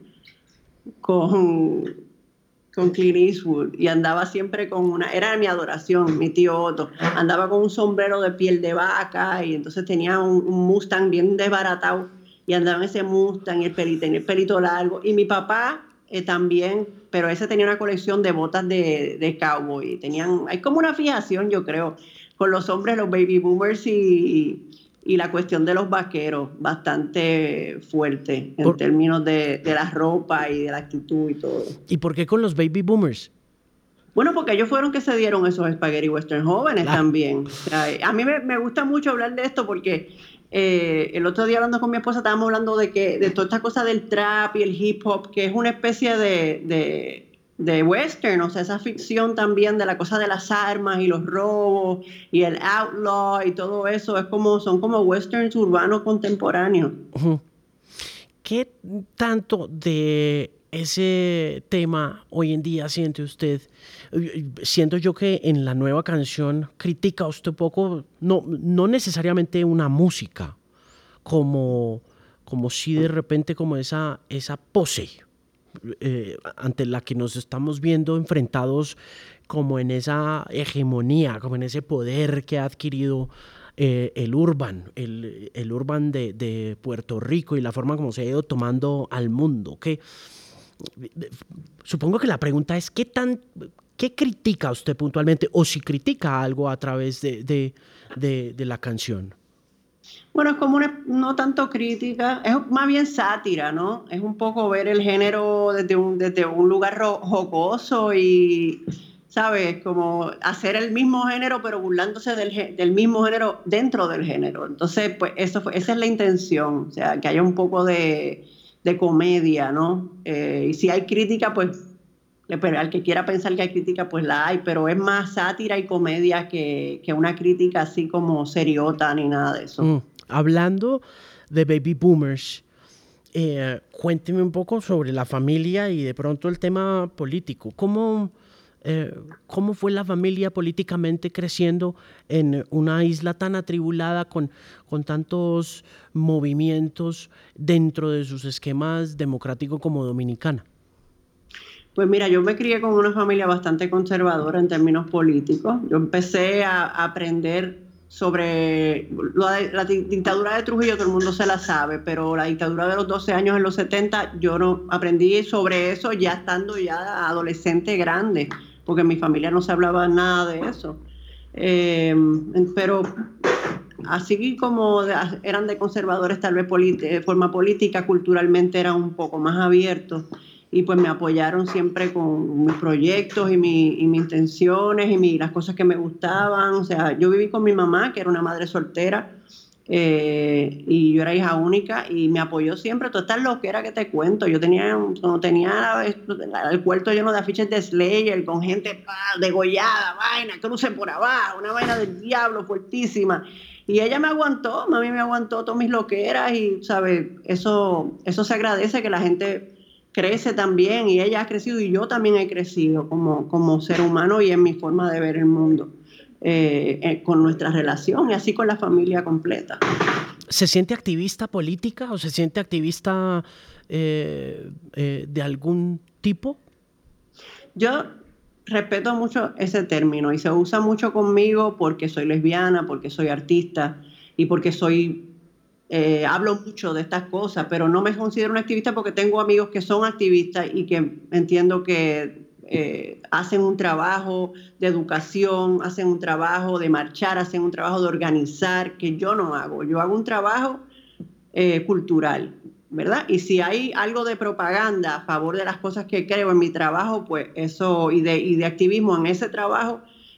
Clint Eastwood, y andaba siempre era mi adoración, mi tío Otto, andaba con un sombrero de piel de vaca, y entonces tenía un Mustang bien desbaratado, y andaba en ese Mustang, y tenía el pelito largo, y mi papá también, pero ese tenía una colección de botas de cowboy. Hay como una fijación, yo creo, con los hombres, los baby boomers y la cuestión de los vaqueros, bastante fuerte en términos de la ropa y de la actitud y todo. ¿Y por qué con los baby boomers? Bueno, porque ellos fueron que se dieron esos spaghetti western jóvenes también. O sea, a mí me gusta mucho hablar de esto porque el otro día hablando con mi esposa estábamos hablando de toda esta cosa del trap y el hip hop, que es una especie de western, o sea, esa ficción también de la cosa de las armas y los robos y el outlaw y todo eso, son como westerns urbanos contemporáneos. Uh-huh. ¿Qué tanto de ese tema hoy en día siente usted? Siento yo que en la nueva canción critica usted un poco, no necesariamente una música, como si de repente como esa pose ante la que nos estamos viendo enfrentados como en esa hegemonía, como en ese poder que ha adquirido el urban de Puerto Rico y la forma como se ha ido tomando al mundo. Supongo que la pregunta es ¿qué critica usted puntualmente o si critica algo a través de la canción? Bueno, es como no tanto crítica, es más bien sátira, ¿no? Es un poco ver el género desde un lugar jocoso y, ¿sabes? Como hacer el mismo género, pero burlándose del mismo género dentro del género. Entonces, pues esa es la intención, o sea, que haya un poco de comedia, ¿no? Y si hay crítica, pues, pero al que quiera pensar que hay crítica, pues la hay, pero es más sátira y comedia que una crítica así como seriota ni nada de eso. Hablando de Baby Boomers, cuénteme un poco sobre la familia y de pronto el tema político. ¿Cómo fue la familia políticamente creciendo en una isla tan atribulada con tantos movimientos dentro de sus esquemas democráticos como Dominicana? Pues mira, yo me crié con una familia bastante conservadora en términos políticos. Yo empecé a aprender sobre la dictadura de Trujillo, todo el mundo se la sabe, pero la dictadura de los 12 años en los 70, yo no aprendí sobre eso ya estando ya adolescente grande, porque en mi familia no se hablaba nada de eso. Pero así como eran de conservadores tal vez de forma política, culturalmente eran un poco más abiertos. Y pues me apoyaron siempre con mis proyectos y mis intenciones y las cosas que me gustaban. O sea, yo viví con mi mamá, que era una madre soltera, y yo era hija única, y me apoyó siempre. Todas estas loqueras que te cuento. Yo tenía el cuarto lleno de afiches de Slayer, con gente degollada, vaina, crucen por abajo, una vaina del diablo fuertísima. Y ella me aguantó, mami me aguantó todas mis loqueras, y, ¿sabes? Eso se agradece, que la gente crece también, y ella ha crecido y yo también he crecido como ser humano y en mi forma de ver el mundo, con nuestra relación y así con la familia completa. ¿Se siente activista política o se siente activista de algún tipo? Yo respeto mucho ese término y se usa mucho conmigo porque soy lesbiana, porque soy artista y porque hablo mucho de estas cosas, pero no me considero una activista porque tengo amigos que son activistas y que entiendo que hacen un trabajo de educación, hacen un trabajo de marchar, hacen un trabajo de organizar, que yo no hago. Yo hago un trabajo cultural, ¿verdad? Y si hay algo de propaganda a favor de las cosas que creo en mi trabajo, pues eso, y de activismo en ese trabajo,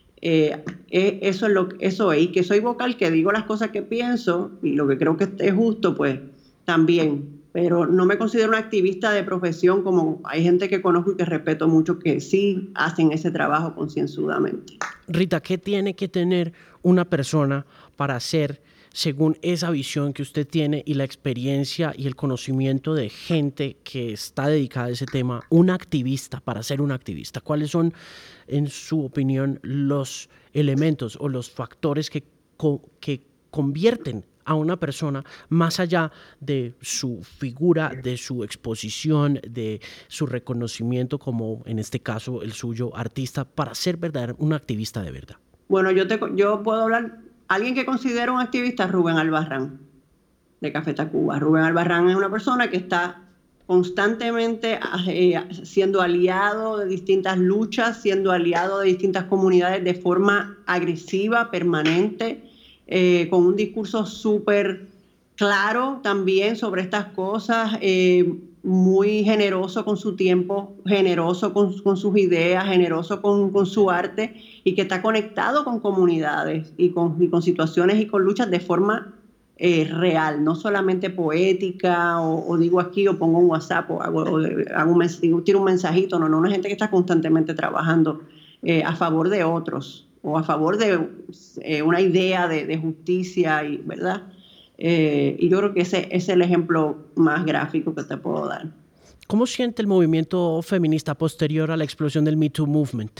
eso es, y que soy vocal, que digo las cosas que pienso y lo que creo que es justo, pues también, pero no me considero una activista de profesión, como hay gente que conozco y que respeto mucho que sí hacen ese trabajo concienzudamente. Rita, ¿qué tiene que tener una persona para ser, según esa visión que usted tiene y la experiencia y el conocimiento de gente que está dedicada a ese tema, un activista, para ser un activista? ¿Cuáles son, en su opinión, los elementos o los factores que convierten a una persona, más allá de su figura, de su exposición, de su reconocimiento como, en este caso, el suyo, artista, para ser un activista de verdad? Bueno, yo puedo hablar. Alguien que considero un activista es Rubén Albarrán, de Café Tacuba. Rubén Albarrán es una persona que está constantemente siendo aliado de distintas luchas, siendo aliado de distintas comunidades de forma agresiva, permanente, con un discurso súper claro también sobre estas cosas, muy generoso con su tiempo, generoso con sus ideas, generoso con su arte, y que está conectado con comunidades y con situaciones y con luchas de forma real, no solamente poética o digo aquí o pongo un WhatsApp o tiro un mensajito, no, una gente que está constantemente trabajando a favor de otros o a favor de una idea de justicia, ¿verdad? Y yo creo que ese es el ejemplo más gráfico que te puedo dar. ¿Cómo siente el movimiento feminista posterior a la explosión del Me Too Movement?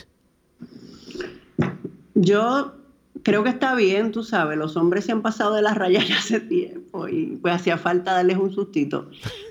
Yo creo que está bien, tú sabes, los hombres se han pasado de las rayas ya hace tiempo y pues hacía falta darles un sustito.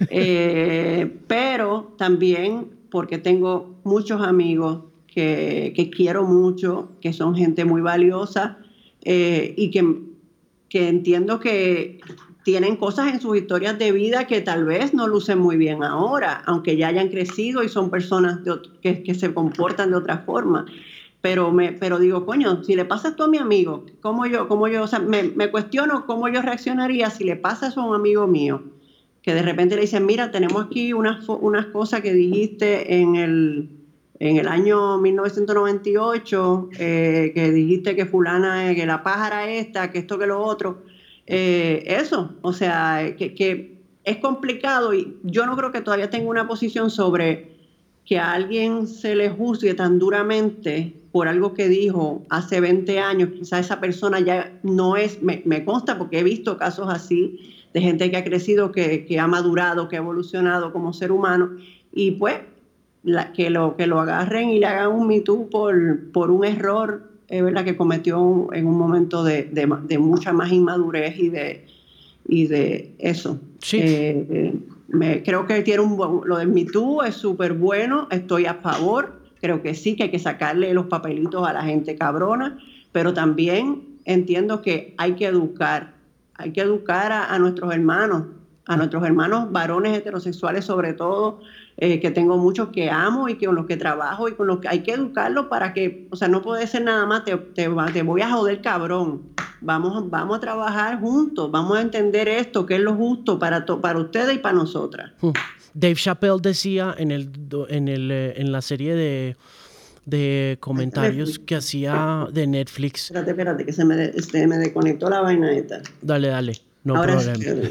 Pero también porque tengo muchos amigos que quiero mucho, que son gente muy valiosa y que entiendo que tienen cosas en sus historias de vida que tal vez no lucen muy bien ahora, aunque ya hayan crecido y son personas que se comportan de otra forma. Pero digo, coño, si le pasa esto a mi amigo, ¿cómo yo, o sea, me cuestiono cómo yo reaccionaría si le pasa eso a un amigo mío, que de repente le dicen, mira, tenemos aquí unas cosas que dijiste en el año 1998, que dijiste que fulana, que la pájara esta, que esto, que lo otro. Eso, o sea, que es complicado y yo no creo que todavía tenga una posición sobre que a alguien se le juzgue tan duramente por algo que dijo hace 20 años. Quizá esa persona ya no es, me consta porque he visto casos así de gente que ha crecido, que ha madurado, que ha evolucionado como ser humano, y pues que lo agarren y le hagan un Me Too por un error, ¿verdad?, que cometió en un momento de mucha más inmadurez y de eso. Sí. Creo que tiene lo del Me Too es súper bueno, estoy a favor, creo que sí, que hay que sacarle los papelitos a la gente cabrona, pero también entiendo que hay que educar a nuestros hermanos varones heterosexuales sobre todo, que tengo muchos que amo y con los que trabajo y con los que hay que educarlos para que, o sea, no puede ser nada más te voy a joder, cabrón. Vamos a trabajar juntos, vamos a entender esto, qué es lo justo para ustedes y para nosotras. Dave Chappelle decía en la serie de comentarios que hacía de Netflix. Espérate, que se me desconectó la vaina esta. Dale, no Ahora problema.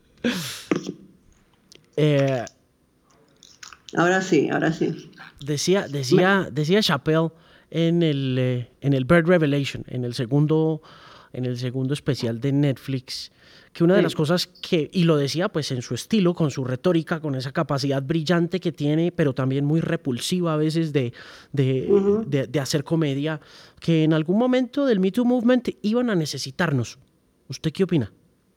Ahora sí. Decía Chappelle en el Bird Revelation, en el segundo especial de Netflix, que una de las cosas y lo decía pues en su estilo, con su retórica, con esa capacidad brillante que tiene, pero también muy repulsiva a veces de hacer comedia, que en algún momento del Me Too Movement iban a necesitarnos. ¿Usted qué opina?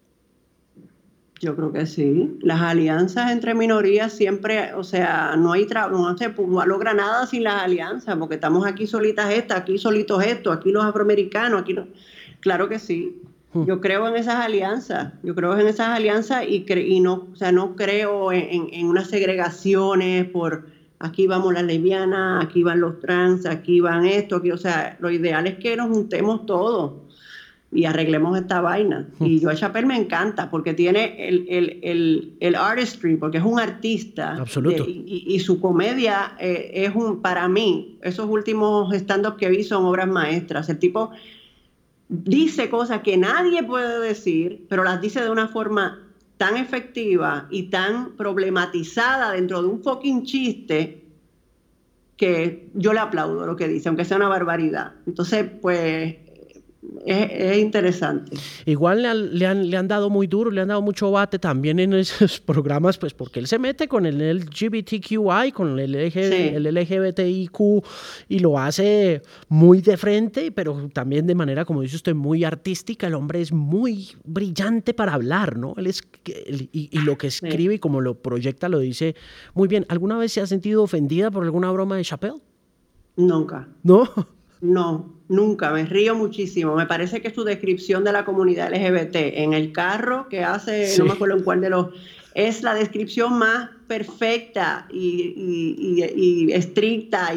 Yo creo que sí. Las alianzas entre minorías siempre, o sea, no se logra nada sin las alianzas, porque estamos aquí solitas aquí solitos aquí los afroamericanos, Claro que sí. Yo creo en esas alianzas. Y no, o sea, no creo en unas segregaciones por aquí vamos las lesbianas, aquí van los trans, aquí van esto, o sea, lo ideal es que nos juntemos todos y arreglemos esta vaina. Y yo a Chappelle me encanta porque tiene el artistry, porque es un artista. Absoluto. Y su comedia para mí, esos últimos stand-up que vi son obras maestras. El tipo dice cosas que nadie puede decir, pero las dice de una forma tan efectiva y tan problematizada dentro de un fucking chiste que yo le aplaudo lo que dice, aunque sea una barbaridad. Entonces, pues es interesante. Igual le han dado muy duro, le han dado mucho bate también en esos programas, pues porque él se mete con el LGBTQI, con el LGBTIQ, y lo hace muy de frente, pero también de manera, como dice usted, muy artística. El hombre es muy brillante para hablar, ¿no? Y lo que escribe y como lo proyecta lo dice muy bien. ¿Alguna vez se ha sentido ofendida por alguna broma de Chappelle? Nunca. ¿No? No, nunca, me río muchísimo. Me parece que su descripción de la comunidad LGBT en el carro que hace, no me acuerdo en cuál de los, es la descripción más perfecta y estricta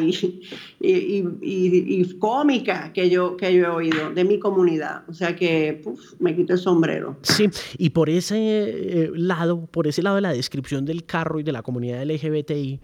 y cómica que yo he oído de mi comunidad. O sea que me quito el sombrero. Sí, y por ese lado de la descripción del carro y de la comunidad LGBTI,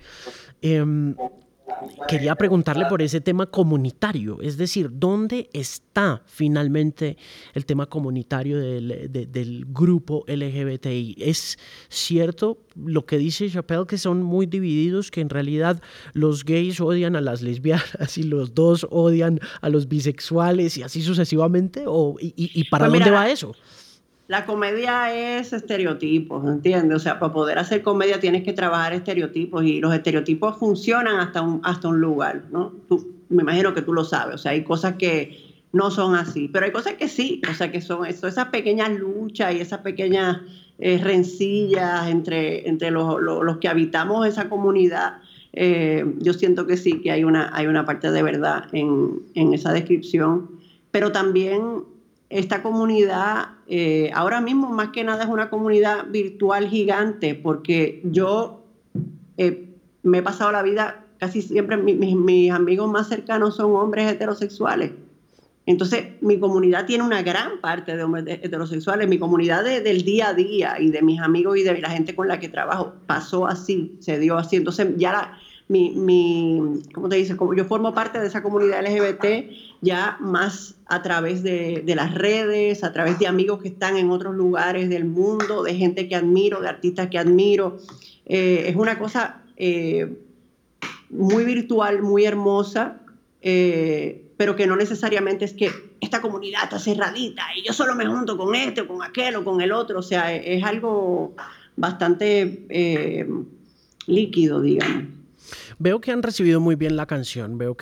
quería preguntarle por ese tema comunitario, es decir, ¿dónde está finalmente el tema comunitario del grupo LGBTI? ¿Es cierto lo que dice Chappelle, que son muy divididos, que en realidad los gays odian a las lesbianas y los dos odian a los bisexuales y así sucesivamente? ¿Y para dónde va eso? La comedia es estereotipos, ¿entiendes? O sea, para poder hacer comedia tienes que trabajar estereotipos y los estereotipos funcionan hasta un lugar, ¿no? Me imagino que tú lo sabes, o sea, hay cosas que no son así, pero hay cosas que sí, o sea, que son esas pequeñas luchas y esas pequeñas rencillas entre los que habitamos esa comunidad. Yo siento que sí, que hay una parte de verdad en esa descripción, pero también esta comunidad ahora mismo más que nada es una comunidad virtual gigante, porque yo me he pasado la vida casi siempre, mis amigos más cercanos son hombres heterosexuales. Entonces mi comunidad tiene una gran parte de hombres heterosexuales. Mi comunidad del día a día y de mis amigos y de la gente con la que trabajo pasó así, se dio así. Entonces ya ¿cómo te dice? Como yo formo parte de esa comunidad LGBT ya más a través de las redes, a través de amigos que están en otros lugares del mundo, de gente que admiro, de artistas que admiro. Es una cosa muy virtual, muy hermosa, pero que no necesariamente es que esta comunidad está cerradita y yo solo me junto con este, o con aquel o con el otro. O sea, es algo bastante líquido, digamos. Veo que han recibido muy bien la canción, veo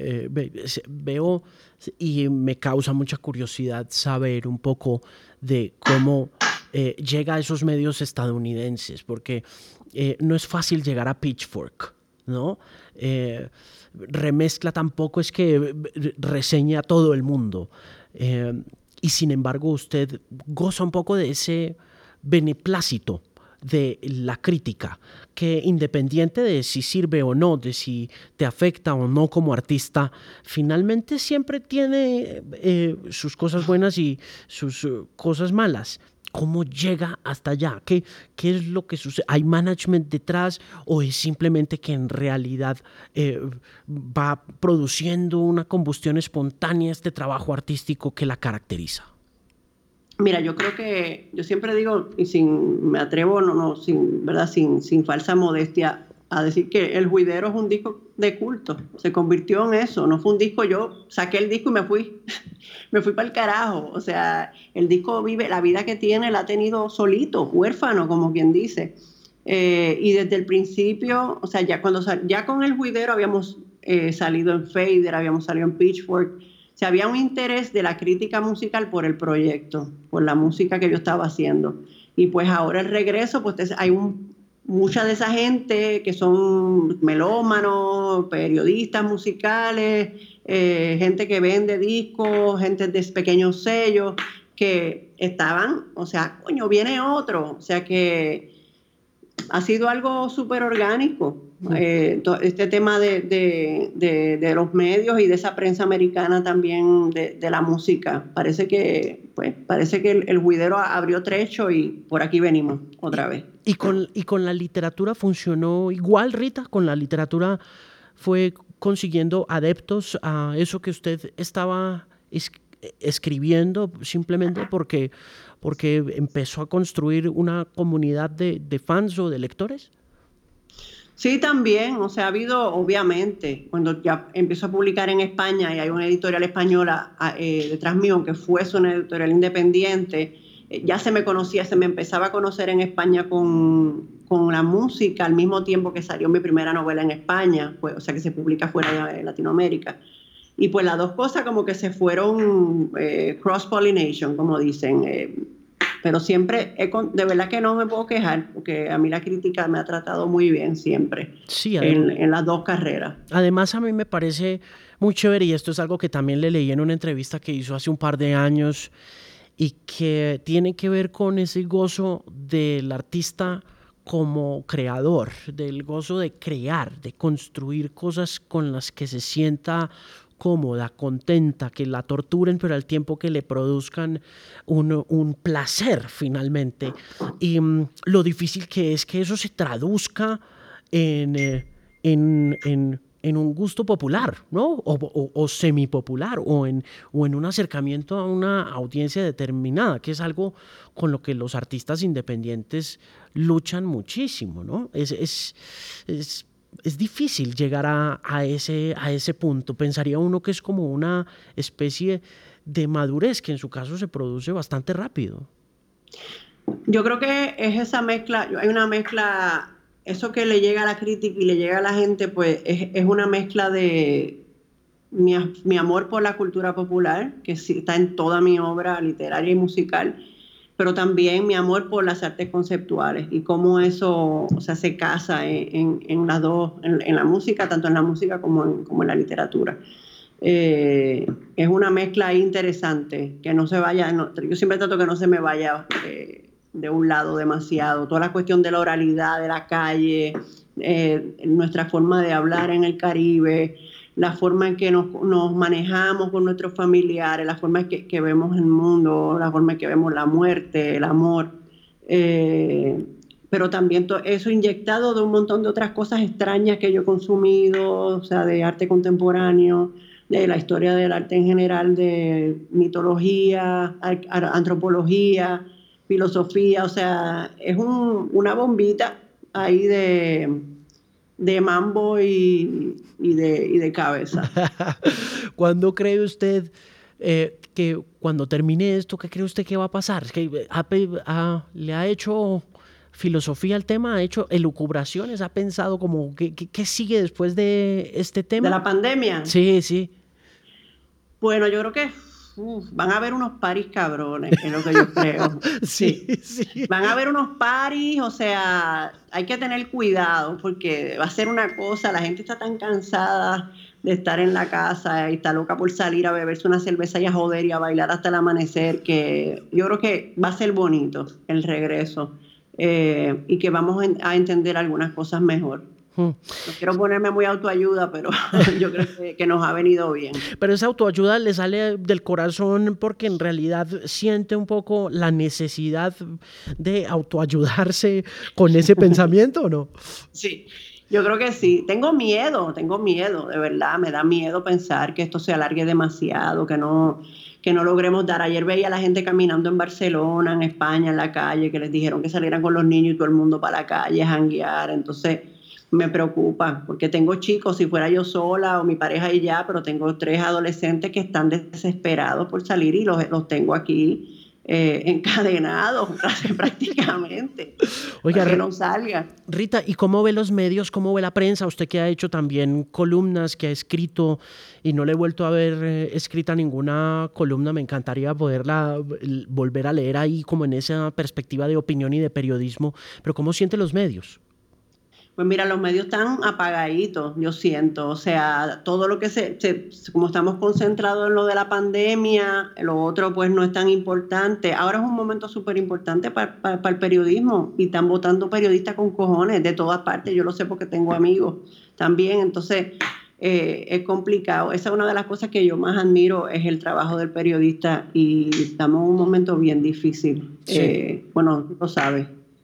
y me causa mucha curiosidad saber un poco de cómo llega a esos medios estadounidenses, porque no es fácil llegar a Pitchfork, ¿no? Remezcla tampoco es que reseña a todo el mundo, y sin embargo usted goza un poco de ese beneplácito de la crítica, que independiente de si sirve o no, de si te afecta o no como artista, finalmente siempre tiene sus cosas buenas y sus cosas malas. ¿Cómo llega hasta allá? ¿Qué es lo que sucede? ¿Hay management detrás o es simplemente que en realidad va produciendo una combustión espontánea este trabajo artístico que la caracteriza? Mira, yo creo que, yo siempre digo, y me atrevo, sin falsa modestia, a decir que El Juidero es un disco de culto. Se convirtió en eso. No fue un disco, yo saqué el disco y me fui para el carajo. O sea, el disco vive, la vida que tiene la ha tenido solito, huérfano, como quien dice. Y desde el principio, o sea, ya con El Juidero habíamos salido en Fader, habíamos salido en Pitchfork. O sea, había un interés de la crítica musical por el proyecto, por la música que yo estaba haciendo. Y pues ahora el regreso, pues hay mucha de esa gente que son melómanos, periodistas musicales, gente que vende discos, gente de pequeños sellos, que estaban, o sea, coño, viene otro. O sea que ha sido algo súper orgánico. Este tema de los medios y de esa prensa americana también de la música. Parece que el Juidero abrió trecho y por aquí venimos otra vez. ¿Y con la literatura funcionó igual, Rita? ¿Con la literatura fue consiguiendo adeptos a eso que usted estaba escribiendo simplemente porque empezó a construir una comunidad de fans o de lectores? Sí, también, o sea, ha habido, obviamente, cuando ya empiezo a publicar en España y hay una editorial española detrás mío, aunque fuese una editorial independiente, ya se me conocía, se me empezaba a conocer en España con la música al mismo tiempo que salió mi primera novela en España, pues, o sea, que se publica fuera de Latinoamérica. Y pues las dos cosas como que se fueron cross-pollination, como dicen. Pero siempre, de verdad que no me puedo quejar, porque a mí la crítica me ha tratado muy bien siempre, sí, en las dos carreras. Además, a mí me parece muy chévere, y esto es algo que también le leí en una entrevista que hizo hace un par de años, y que tiene que ver con ese gozo del artista como creador, del gozo de crear, de construir cosas con las que se sienta cómoda, contenta, que la torturen, pero al tiempo que le produzcan un placer finalmente. Y lo difícil que es que eso se traduzca en un gusto popular, ¿no? O semipopular, o en un acercamiento a una audiencia determinada, que es algo con lo que los artistas independientes luchan muchísimo, ¿no? Es difícil llegar a ese punto. Pensaría uno que es como una especie de madurez que en su caso se produce bastante rápido. Yo creo que es esa mezcla, hay una mezcla, eso que le llega a la crítica y le llega a la gente, pues es una mezcla de mi amor por la cultura popular, que sí está en toda mi obra literaria y musical, pero también mi amor por las artes conceptuales y cómo eso, o sea, se casa en las dos, en la música, tanto en la música como en la literatura. Es una mezcla interesante, que no se vaya, yo siempre trato que no se me vaya de un lado demasiado. Toda la cuestión de la oralidad de la calle, nuestra forma de hablar en el Caribe, la forma en que nos manejamos con nuestros familiares, la forma en que vemos el mundo, la forma en que vemos la muerte, el amor, pero también eso inyectado de un montón de otras cosas extrañas que yo he consumido, o sea, de arte contemporáneo, de la historia del arte en general, de mitología, antropología, filosofía, o sea, es una bombita ahí de mambo y de cabeza. ¿Cuándo cree usted que cuando termine esto, qué cree usted que va a pasar? ¿Es que le ha hecho filosofía al tema? ¿Ha hecho elucubraciones? ¿Ha pensado como qué sigue después de este tema? ¿De la pandemia? Sí, sí. Bueno, yo creo que van a haber unos paris cabrones, es lo que yo creo. Sí, sí. Van a haber unos paris, o sea, hay que tener cuidado porque va a ser una cosa, la gente está tan cansada de estar en la casa y está loca por salir a beberse una cerveza y a joder y a bailar hasta el amanecer, que yo creo que va a ser bonito el regreso y que vamos a entender algunas cosas mejor. No quiero ponerme muy autoayuda, pero yo creo que nos ha venido bien. Pero esa autoayuda le sale del corazón porque en realidad siente un poco la necesidad de autoayudarse con ese pensamiento, ¿o no? Sí, yo creo que sí. Tengo miedo, de verdad. Me da miedo pensar que esto se alargue demasiado, que no logremos dar. Ayer veía a la gente caminando en Barcelona, en España, en la calle, que les dijeron que salieran con los niños y todo el mundo para la calle a janguear. Entonces me preocupa, porque tengo chicos, si fuera yo sola o mi pareja y ya, pero tengo 3 adolescentes que están desesperados por salir y los tengo aquí encadenados prácticamente. Oiga, para que no salga. Rita, ¿y cómo ve los medios, cómo ve la prensa? Usted que ha hecho también columnas, que ha escrito, y no le he vuelto a ver escrita ninguna columna, me encantaría poderla volver a leer ahí como en esa perspectiva de opinión y de periodismo, pero ¿cómo siente los medios? Pues mira, los medios están apagaditos, yo siento, o sea, todo lo que como estamos concentrados en lo de la pandemia, lo otro pues no es tan importante. Ahora es un momento súper importante para el periodismo y están votando periodistas con cojones de todas partes, yo lo sé porque tengo amigos también, entonces es complicado. Esa es una de las cosas que yo más admiro, es el trabajo del periodista y estamos en un momento bien difícil, sí. Bueno, lo sabes,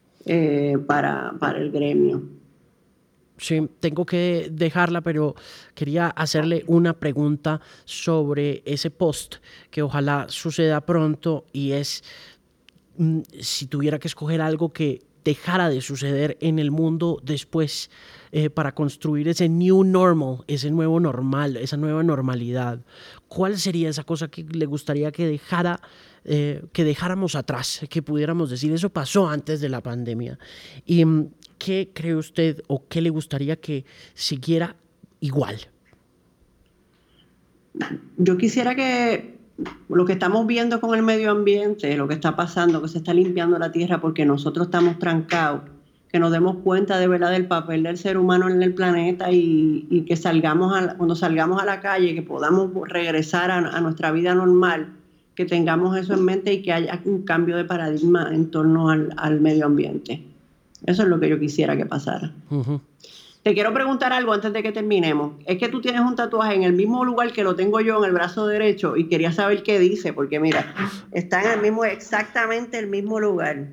para el gremio. Sí, tengo que dejarla, pero quería hacerle una pregunta sobre ese post que ojalá suceda pronto y es si tuviera que escoger algo que dejara de suceder en el mundo después para construir ese new normal, ese nuevo normal, esa nueva normalidad. ¿Cuál sería esa cosa que le gustaría que dejáramos atrás, que pudiéramos decir eso pasó antes de la pandemia? Y ¿qué cree usted o qué le gustaría que siguiera igual? Yo quisiera que lo que estamos viendo con el medio ambiente, lo que está pasando, que se está limpiando la tierra porque nosotros estamos trancados, que nos demos cuenta de verdad del papel del ser humano en el planeta y que cuando salgamos a la calle, que podamos regresar a nuestra vida normal, que tengamos eso en mente y que haya un cambio de paradigma en torno al medio ambiente. Eso es lo que yo quisiera que pasara. Uh-huh. Te quiero preguntar algo antes de que terminemos. Es que tú tienes un tatuaje en el mismo lugar que lo tengo yo en el brazo derecho y quería saber qué dice, porque mira, está en exactamente el mismo lugar.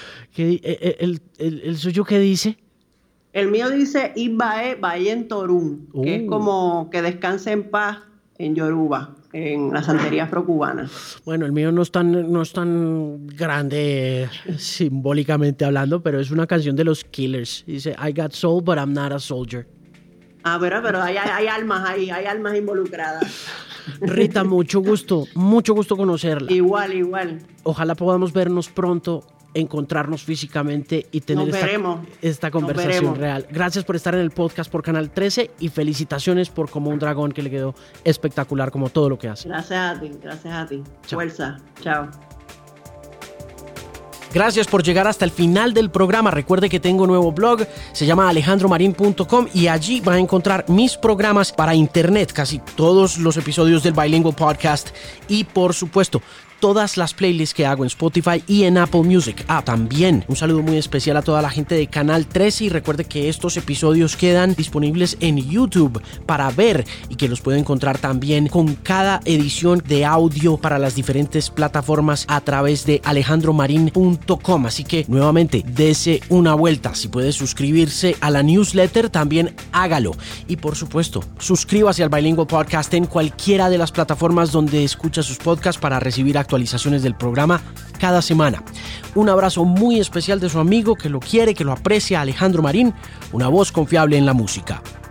¿El suyo qué dice? El mío dice Ibae Bayen Torun, que es como que descanse en paz en Yoruba, en la santería afrocubana. Bueno, el mío no es tan grande simbólicamente hablando, pero es una canción de los Killers. Dice, I got soul, but I'm not a soldier. Pero hay almas ahí, hay almas involucradas. Rita, mucho gusto conocerla. Igual. Ojalá podamos vernos pronto, encontrarnos físicamente y tener esta conversación real. Gracias por estar en el podcast por Canal 13 y felicitaciones por Como un Dragón, que le quedó espectacular como todo lo que hace. Gracias a ti. Chao. Fuerza. Chao. Gracias por llegar hasta el final del programa. Recuerde que tengo un nuevo blog, se llama alejandromarin.com y allí va a encontrar mis programas para internet, casi todos los episodios del Bilingual Podcast y por supuesto todas las playlists que hago en Spotify y en Apple Music. También un saludo muy especial a toda la gente de Canal 13 y recuerde que estos episodios quedan disponibles en YouTube para ver y que los puede encontrar también con cada edición de audio para las diferentes plataformas a través de alejandromarin.com. Así que nuevamente dese una vuelta. Si puede suscribirse a la newsletter, también hágalo. Y por supuesto, suscríbase al Bilingual Podcast en cualquiera de las plataformas donde escucha sus podcasts para recibir actualizaciones del programa cada semana. Un abrazo muy especial de su amigo que lo quiere, que lo aprecia, Alejandro Marín, una voz confiable en la música.